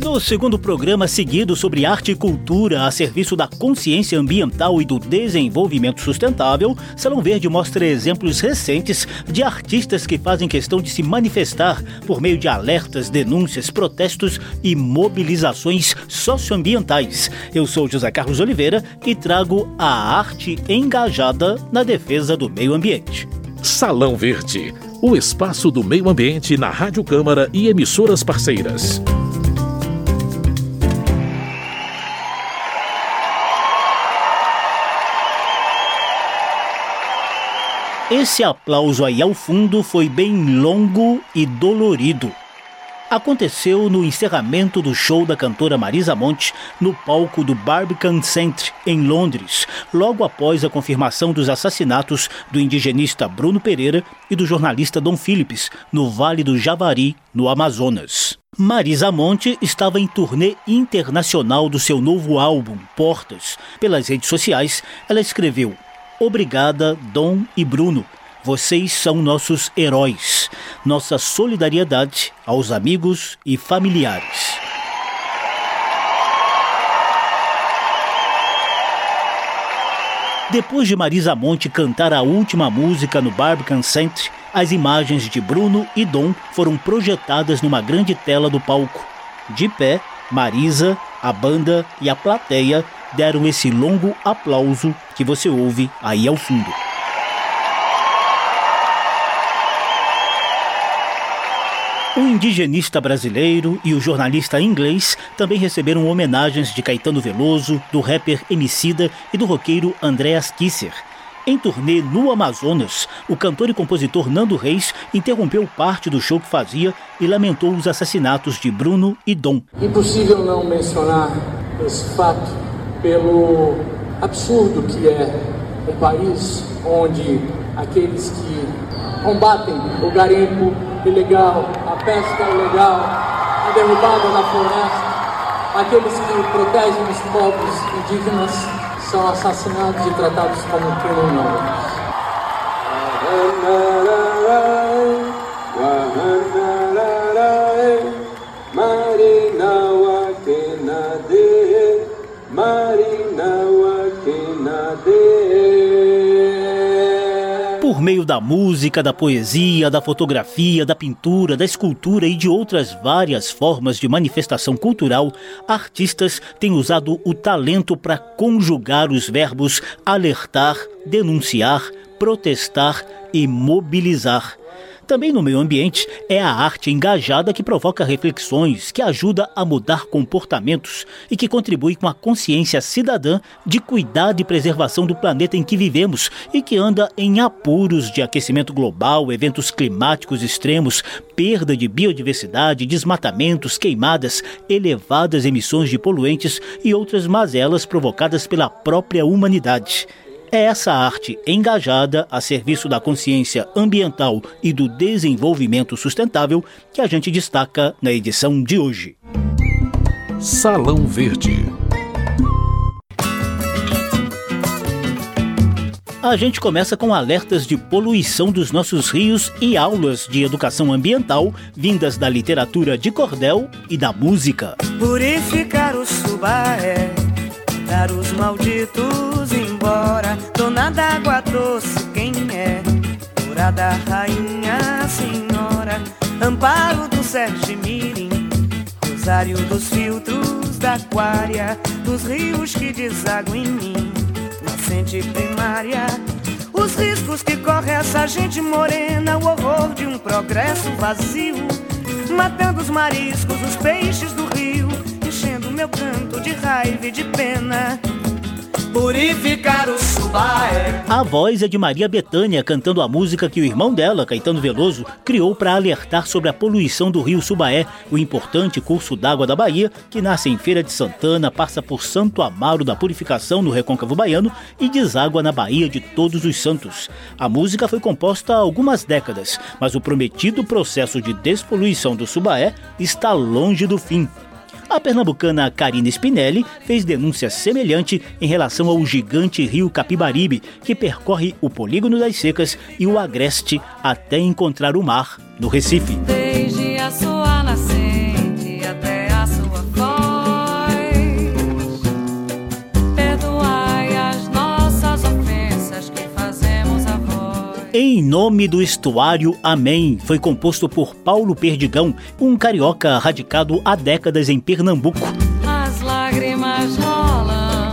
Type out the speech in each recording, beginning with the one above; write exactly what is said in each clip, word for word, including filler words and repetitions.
No segundo programa seguido sobre arte e cultura a serviço da consciência ambiental e do desenvolvimento sustentável, Salão Verde mostra exemplos recentes de artistas que fazem questão de se manifestar por meio de alertas, denúncias, protestos e mobilizações socioambientais. Eu sou José Carlos Oliveira e trago a arte engajada na defesa do meio ambiente. Salão Verde, o espaço do meio ambiente na Rádio Câmara e emissoras parceiras. Esse aplauso aí ao fundo foi bem longo e dolorido. Aconteceu no encerramento do show da cantora Marisa Monte no palco do Barbican Centre, em Londres, logo após a confirmação dos assassinatos do indigenista Bruno Pereira e do jornalista Dom Phillips, no Vale do Javari, no Amazonas. Marisa Monte estava em turnê internacional do seu novo álbum, Portas. Pelas redes sociais, ela escreveu: "Obrigada, Dom e Bruno. Vocês são nossos heróis. Nossa solidariedade aos amigos e familiares." Depois de Marisa Monte cantar a última música no Barbican Centre, as imagens de Bruno e Dom foram projetadas numa grande tela do palco. De pé, Marisa, a banda e a plateia deram esse longo aplauso que você ouve aí ao fundo. O indigenista brasileiro e o jornalista inglês também receberam homenagens de Caetano Veloso, do rapper Emicida e do roqueiro Andreas Kisser. Em turnê no Amazonas, o cantor e compositor Nando Reis interrompeu parte do show que fazia e lamentou os assassinatos de Bruno e Dom. Impossível não mencionar esse fato pelo absurdo que é um país onde aqueles que combatem o garimpo ilegal, a pesca ilegal, a derrubada da floresta, aqueles que protegem os povos indígenas são assassinados e tratados como criminosos. Por meio da música, da poesia, da fotografia, da pintura, da escultura e de outras várias formas de manifestação cultural, artistas têm usado o talento para conjugar os verbos alertar, denunciar, protestar e mobilizar. Também no meio ambiente, é a arte engajada que provoca reflexões, que ajuda a mudar comportamentos e que contribui com a consciência cidadã de cuidado e preservação do planeta em que vivemos e que anda em apuros de aquecimento global, eventos climáticos extremos, perda de biodiversidade, desmatamentos, queimadas, elevadas emissões de poluentes e outras mazelas provocadas pela própria humanidade. É essa arte engajada a serviço da consciência ambiental e do desenvolvimento sustentável que a gente destaca na edição de hoje. Salão Verde. A gente começa com alertas de poluição dos nossos rios e aulas de educação ambiental vindas da literatura de cordel e da música. Purificar o Subaé, dar os malditos embora, dona d'água doce quem é, cura da rainha senhora, amparo do Sergimirim, rosário dos filtros da aquária, dos rios que desaguam em mim, nascente primária, os riscos que corre essa gente morena, o horror de um progresso vazio, matando os mariscos, os peixes do rio, enchendo meu canto de raiva e de pena. Purificar o Subaé. A voz é de Maria Bethânia cantando a música que o irmão dela, Caetano Veloso, criou para alertar sobre a poluição do rio Subaé, o importante curso d'água da Bahia, que nasce em Feira de Santana, passa por Santo Amaro da Purificação, no Recôncavo Baiano, e deságua na Baía de Todos os Santos. A música foi composta há algumas décadas, mas o prometido processo de despoluição do Subaé está longe do fim. A pernambucana Karina Spinelli fez denúncia semelhante em relação ao gigante rio Capibaribe, que percorre o Polígono das Secas e o Agreste até encontrar o mar no Recife. Desde a sua nascente até a sua Nome do Estuário, Amém, foi composto por Paulo Perdigão, um carioca radicado há décadas em Pernambuco. As lágrimas rolam,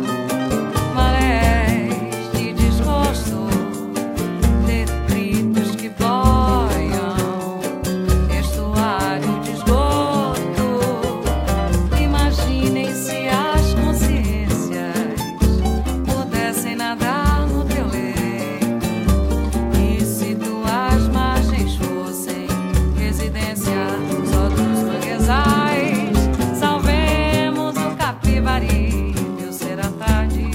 marés de desgosto, detritos que boiam, estuário de esgoto. Imaginem se as consciências pudessem nadar no teu leito, e se tuas margens fossem residência só dos manguezais. Salvemos o Capibari, eu será tarde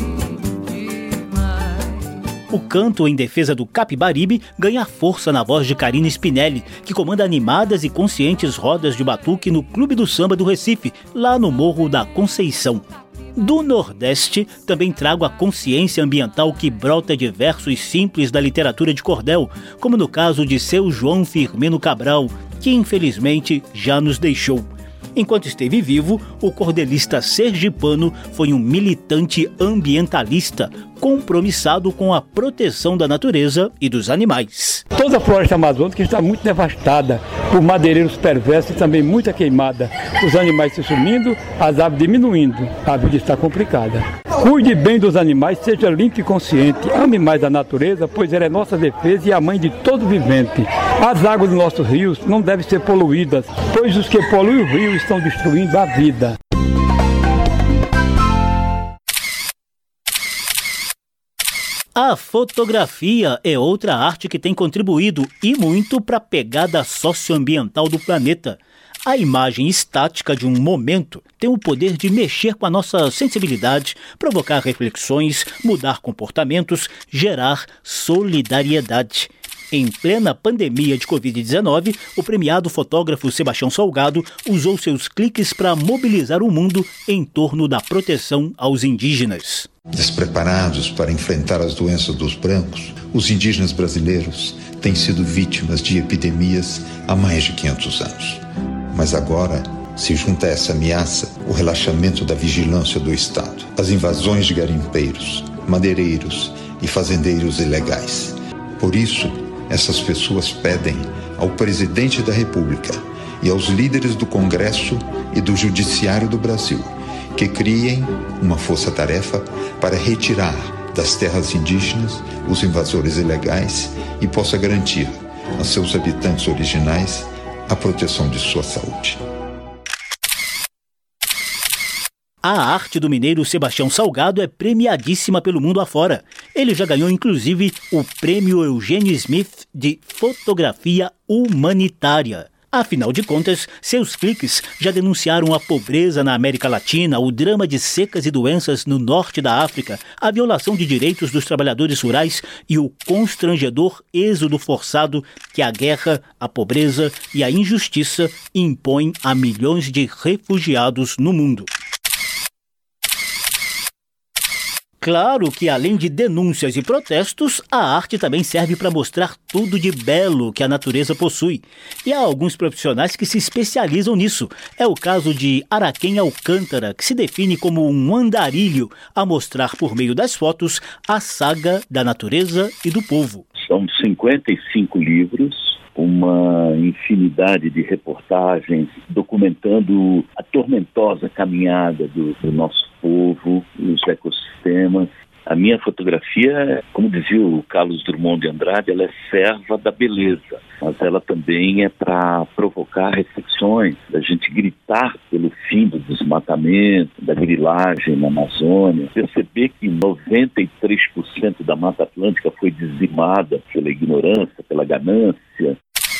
demais. O canto em defesa do Capibaribe ganha força na voz de Karina Spinelli, que comanda animadas e conscientes rodas de batuque no Clube do Samba do Recife, lá no Morro da Conceição. Do Nordeste, também trago a consciência ambiental que brota de versos simples da literatura de cordel, como no caso de seu João Firmino Cabral, que infelizmente já nos deixou. Enquanto esteve vivo, o cordelista sergipano foi um militante ambientalista, compromissado com a proteção da natureza e dos animais. Toda a floresta amazônica está muito devastada por madeireiros perversos e também muita queimada. Os animais se sumindo, as aves diminuindo. A vida está complicada. Cuide bem dos animais, seja limpo e consciente. Ame mais a natureza, pois ela é nossa defesa e a mãe de todo vivente. As águas dos nossos rios não devem ser poluídas, pois os que poluem o rio estão destruindo a vida. A fotografia é outra arte que tem contribuído e muito para a pegada socioambiental do planeta. A imagem estática de um momento tem o poder de mexer com a nossa sensibilidade, provocar reflexões, mudar comportamentos, gerar solidariedade. Em plena pandemia de covid dezenove, o premiado fotógrafo Sebastião Salgado usou seus cliques para mobilizar o mundo em torno da proteção aos indígenas. Despreparados para enfrentar as doenças dos brancos, os indígenas brasileiros têm sido vítimas de epidemias há mais de quinhentos anos. Mas agora se junta a essa ameaça o relaxamento da vigilância do Estado, as invasões de garimpeiros, madeireiros e fazendeiros ilegais. Por isso, essas pessoas pedem ao presidente da República e aos líderes do Congresso e do Judiciário do Brasil que criem uma força-tarefa para retirar das terras indígenas os invasores ilegais e possa garantir a seus habitantes originais a proteção de sua saúde. A arte do mineiro Sebastião Salgado é premiadíssima pelo mundo afora. Ele já ganhou, inclusive, o Prêmio Eugênio Smith de Fotografia Humanitária. Afinal de contas, seus cliques já denunciaram a pobreza na América Latina, o drama de secas e doenças no norte da África, a violação de direitos dos trabalhadores rurais e o constrangedor êxodo forçado que a guerra, a pobreza e a injustiça impõem a milhões de refugiados no mundo. Claro que, além de denúncias e protestos, a arte também serve para mostrar tudo de belo que a natureza possui. E há alguns profissionais que se especializam nisso. É o caso de Araquém Alcântara, que se define como um andarilho a mostrar por meio das fotos a saga da natureza e do povo. São cinquenta e cinco livros, uma infinidade de reportagens documentando a tormentosa caminhada do, do nosso povo, os ecossistemas. A minha fotografia, como dizia o Carlos Drummond de Andrade, ela é serva da beleza, mas ela também é para provocar reflexões, da gente gritar pelo fim do desmatamento, da grilagem na Amazônia, perceber que noventa e três por cento da Mata Atlântica foi dizimada pela ignorância, pela ganância.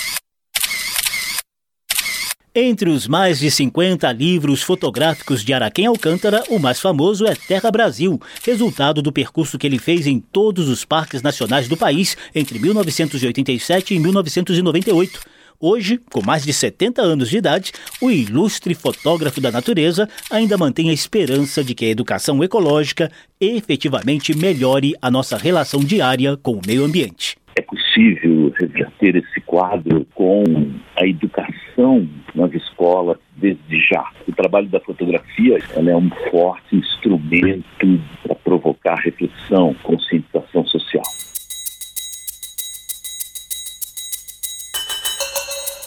Entre os mais de cinquenta livros fotográficos de Araquém Alcântara, o mais famoso é Terra Brasil, resultado do percurso que ele fez em todos os parques nacionais do país entre mil novecentos e oitenta e sete e mil novecentos e noventa e oito. Hoje, com mais de setenta anos de idade, o ilustre fotógrafo da natureza ainda mantém a esperança de que a educação ecológica efetivamente melhore a nossa relação diária com o meio ambiente. É possível reverter esse quadro com a educação nas escolas desde já. O trabalho da fotografia ela é um forte instrumento para provocar reflexão, conscientização social.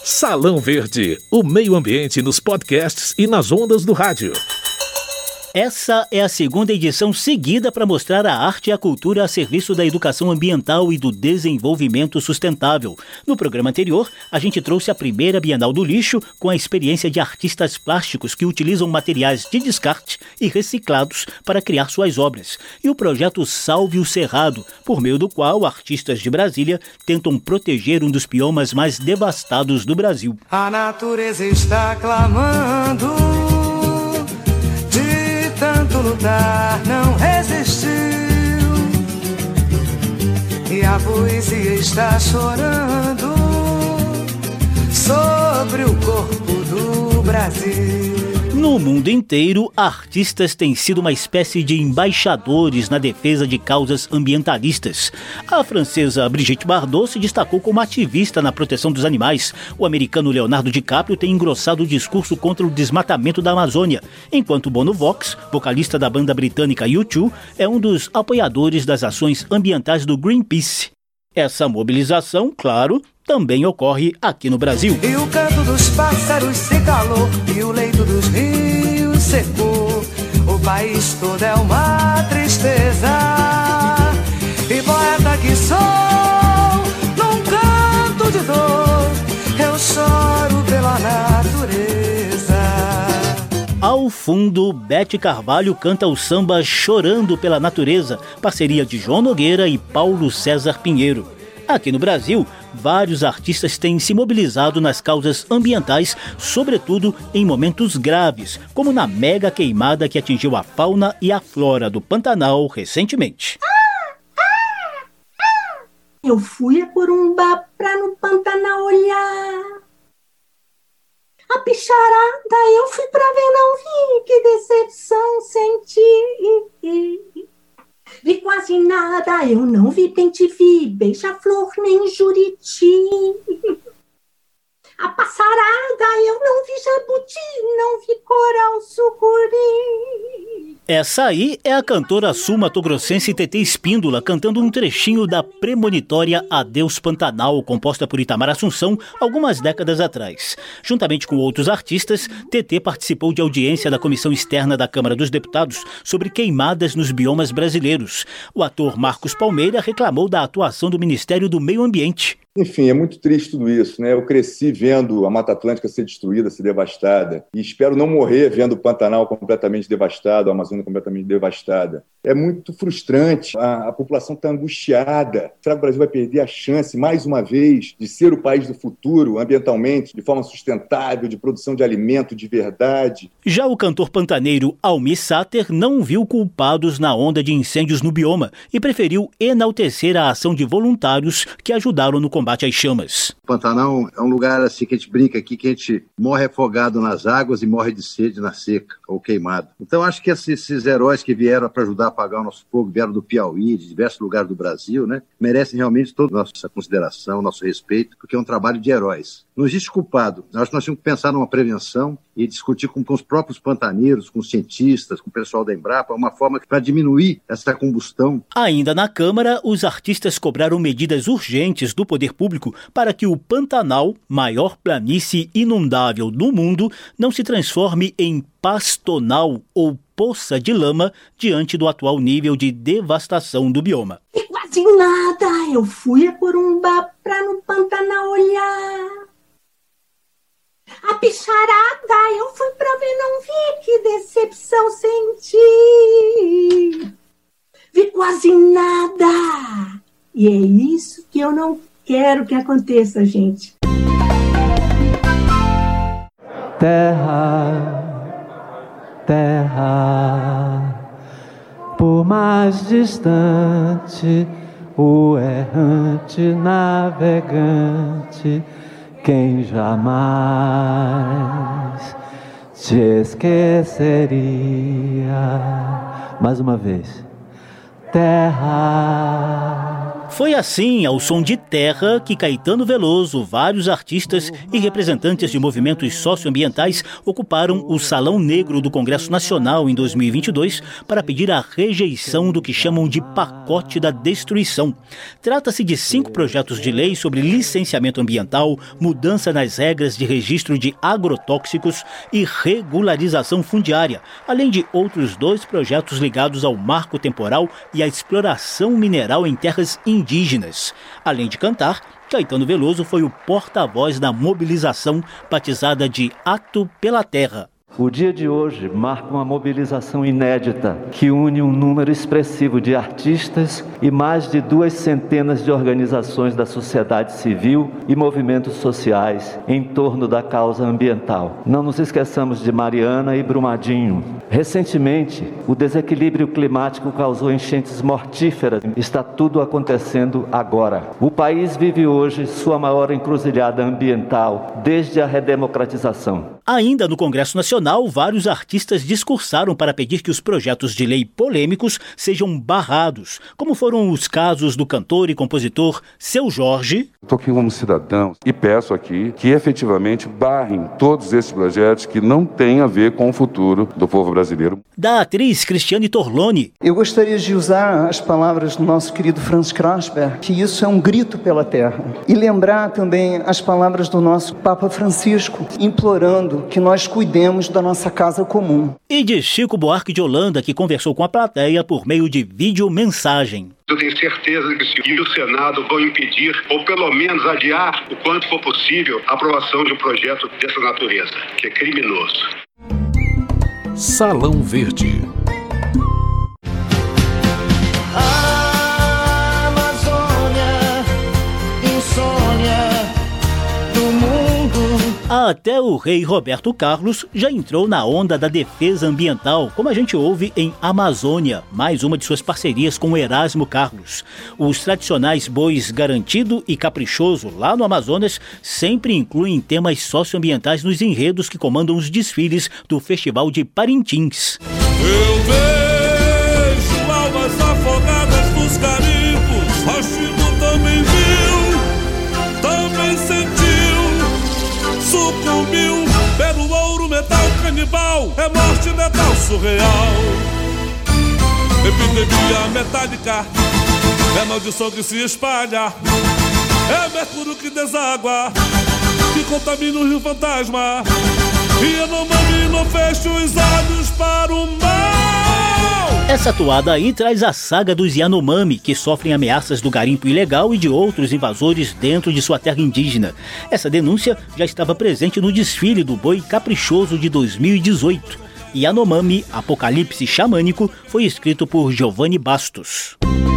Salão Verde, o meio ambiente nos podcasts e nas ondas do rádio. Essa é a segunda edição seguida para mostrar a arte e a cultura a serviço da educação ambiental e do desenvolvimento sustentável. No programa anterior, a gente trouxe a primeira Bienal do Lixo com a experiência de artistas plásticos que utilizam materiais de descarte e reciclados para criar suas obras. E o projeto Salve o Cerrado, por meio do qual artistas de Brasília tentam proteger um dos biomas mais devastados do Brasil. A natureza está clamando, tanto lutar não resistiu, e a poesia está chorando sobre o corpo do Brasil. No mundo inteiro, artistas têm sido uma espécie de embaixadores na defesa de causas ambientalistas. A francesa Brigitte Bardot se destacou como ativista na proteção dos animais. O americano Leonardo DiCaprio tem engrossado o discurso contra o desmatamento da Amazônia, enquanto Bono Vox, vocalista da banda britânica U dois, é um dos apoiadores das ações ambientais do Greenpeace. Essa mobilização, claro, também ocorre aqui no Brasil. E o canto dos pássaros se calou, e o leito dos rios secou. O país todo é uma tristeza, e poeta que sou, num canto de dor, eu choro pela natureza. Ao fundo, Bete Carvalho canta o samba Chorando pela Natureza, parceria de João Nogueira e Paulo César Pinheiro. Aqui no Brasil, vários artistas têm se mobilizado nas causas ambientais, sobretudo em momentos graves, como na mega queimada que atingiu a fauna e a flora do Pantanal recentemente. Eu fui a Corumbá pra no Pantanal olhar a bicharada, eu fui pra ver, não vi, que decepção senti. Vi quase nada, eu não vi pente-vi, beija-flor nem juriti. A passarada, eu não vi jabuti, não vi coral sucuri. Essa aí é a cantora sul-mato-grossense Tetê Espíndola cantando um trechinho da premonitória Adeus Pantanal, composta por Itamar Assunção algumas décadas atrás. Juntamente com outros artistas, Tetê participou de audiência da Comissão Externa da Câmara dos Deputados sobre queimadas nos biomas brasileiros. O ator Marcos Palmeira reclamou da atuação do Ministério do Meio Ambiente. Enfim, é muito triste tudo isso, né? Eu cresci vendo a Mata Atlântica ser destruída, ser devastada, e espero não morrer vendo o Pantanal completamente devastado, a Amazônia completamente devastada. É muito frustrante, a, a população está angustiada. Será que o Brasil vai perder a chance, mais uma vez, de ser o país do futuro, ambientalmente, de forma sustentável, de produção de alimento de verdade? Já o cantor pantaneiro Almir Sater não viu culpados na onda de incêndios no bioma e preferiu enaltecer a ação de voluntários que ajudaram no combate às chamas. O Pantanal é um lugar assim que a gente brinca aqui, que a gente morre afogado nas águas e morre de sede na seca ou queimado. Então acho que esses, esses heróis que vieram para ajudar a apagar o nosso fogo, vieram do Piauí, de diversos lugares do Brasil, né, merecem realmente toda a nossa consideração, nosso respeito, porque é um trabalho de heróis. Não existe culpado. Acho que nós temos que pensar numa prevenção e discutir com, com os próprios pantaneiros, com os cientistas, com o pessoal da Embrapa, uma forma para diminuir essa combustão. Ainda na Câmara, os artistas cobraram medidas urgentes do poder público para que o Pantanal, maior planície inundável do mundo, não se transforme em pastonal ou poça de lama diante do atual nível de devastação do bioma. E quase nada, eu fui a Corumbá pra no Pantanal olhar a bicharada, eu fui pra ver, não vi, que decepção senti. Vi quase nada. E é isso que eu não quero que aconteça, gente. Terra, terra, por mais distante, o errante navegante, quem jamais te esqueceria. Mais uma vez. Terra. Foi assim, ao som de Terra, que Caetano Veloso, vários artistas e representantes de movimentos socioambientais ocuparam o Salão Negro do Congresso Nacional em dois mil e vinte e dois para pedir a rejeição do que chamam de pacote da destruição. Trata-se de cinco projetos de lei sobre licenciamento ambiental, mudança nas regras de registro de agrotóxicos e regularização fundiária, além de outros dois projetos ligados ao marco temporal e à exploração mineral em terras indígenas. Além de cantar, Caetano Veloso foi o porta-voz da mobilização batizada de Ato pela Terra. O dia de hoje marca uma mobilização inédita que une um número expressivo de artistas e mais de duas centenas de organizações da sociedade civil e movimentos sociais em torno da causa ambiental. Não nos esqueçamos de Mariana e Brumadinho. Recentemente, o desequilíbrio climático causou enchentes mortíferas. Está tudo acontecendo agora. O país vive hoje sua maior encruzilhada ambiental desde a redemocratização. Ainda no Congresso Nacional, vários artistas discursaram para pedir que os projetos de lei polêmicos sejam barrados, como foram os casos do cantor e compositor Seu Jorge. Estou aqui como cidadão e peço aqui que efetivamente barrem todos esses projetos que não têm a ver com o futuro do povo brasileiro. Da atriz Cristiane Torlone. Eu gostaria de usar as palavras do nosso querido Franz Krasberg, que isso é um grito pela terra. E lembrar também as palavras do nosso Papa Francisco, implorando que nós cuidemos da nossa casa comum. E de Chico Buarque de Holanda, que conversou com a plateia por meio de videomensagem. Eu tenho certeza que se o Senado vão impedir, ou pelo menos adiar o quanto for possível, a aprovação de um projeto dessa natureza, que é criminoso. Salão Verde. Até o rei Roberto Carlos já entrou na onda da defesa ambiental, como a gente ouve em Amazônia, mais uma de suas parcerias com o Erasmo Carlos. Os tradicionais bois Garantido e Caprichoso, lá no Amazonas, sempre incluem temas socioambientais nos enredos que comandam os desfiles do Festival de Parintins. Eu vejo almas afogadas nos garimpos, Rachimo também viu, também sentiu. Sucumbiu pelo ouro, metal canibal, é morte letal surreal. Epidemia metálica, é maldição que se espalha, é mercúrio que deságua, que contamina o rio fantasma. E Yanomami não fecha os olhos para o mal. Essa toada aí traz a saga dos Yanomami, que sofrem ameaças do garimpo ilegal e de outros invasores dentro de sua terra indígena. Essa denúncia já estava presente no desfile do Boi Caprichoso de dois mil e dezoito. Yanomami, Apocalipse Xamânico, foi escrito por Giovanni Bastos.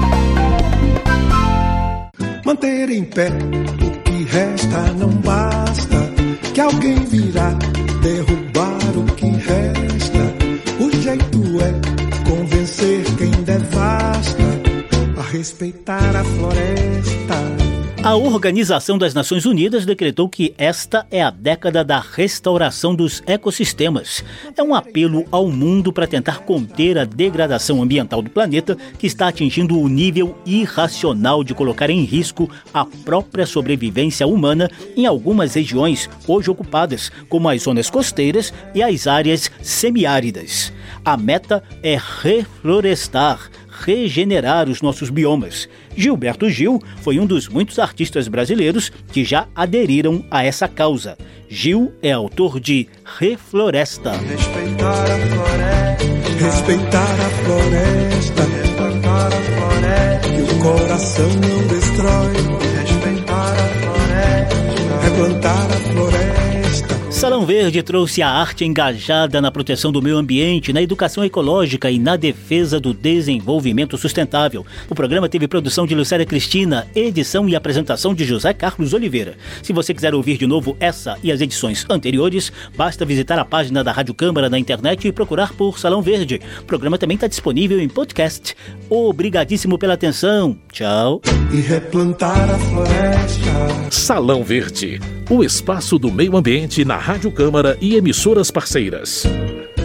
Manter em pé o que resta não basta, que alguém virá derrubar o que resta. O jeito é convencer quem devasta a respeitar a floresta. A Organização das Nações Unidas decretou que esta é a década da restauração dos ecossistemas. É um apelo ao mundo para tentar conter a degradação ambiental do planeta, que está atingindo o nível irracional de colocar em risco a própria sobrevivência humana em algumas regiões hoje ocupadas, como as zonas costeiras e as áreas semiáridas. A meta é reflorestar, regenerar os nossos biomas. Gilberto Gil foi um dos muitos artistas brasileiros que já aderiram a essa causa. Gil é autor de Refloresta. Respeitar a floresta, respeitar a floresta, respeitar a floresta, e o coração não destrói. Respeitar a floresta, replantar a floresta. Salão Verde trouxe a arte engajada na proteção do meio ambiente, na educação ecológica e na defesa do desenvolvimento sustentável. O programa teve produção de Lucélia Cristina, edição e apresentação de José Carlos Oliveira. Se você quiser ouvir de novo essa e as edições anteriores, basta visitar a página da Rádio Câmara na internet e procurar por Salão Verde. O programa também está disponível em podcast. Obrigadíssimo pela atenção. Tchau. E replantar a floresta. Salão Verde, o espaço do meio ambiente na Rádio Câmara e emissoras parceiras.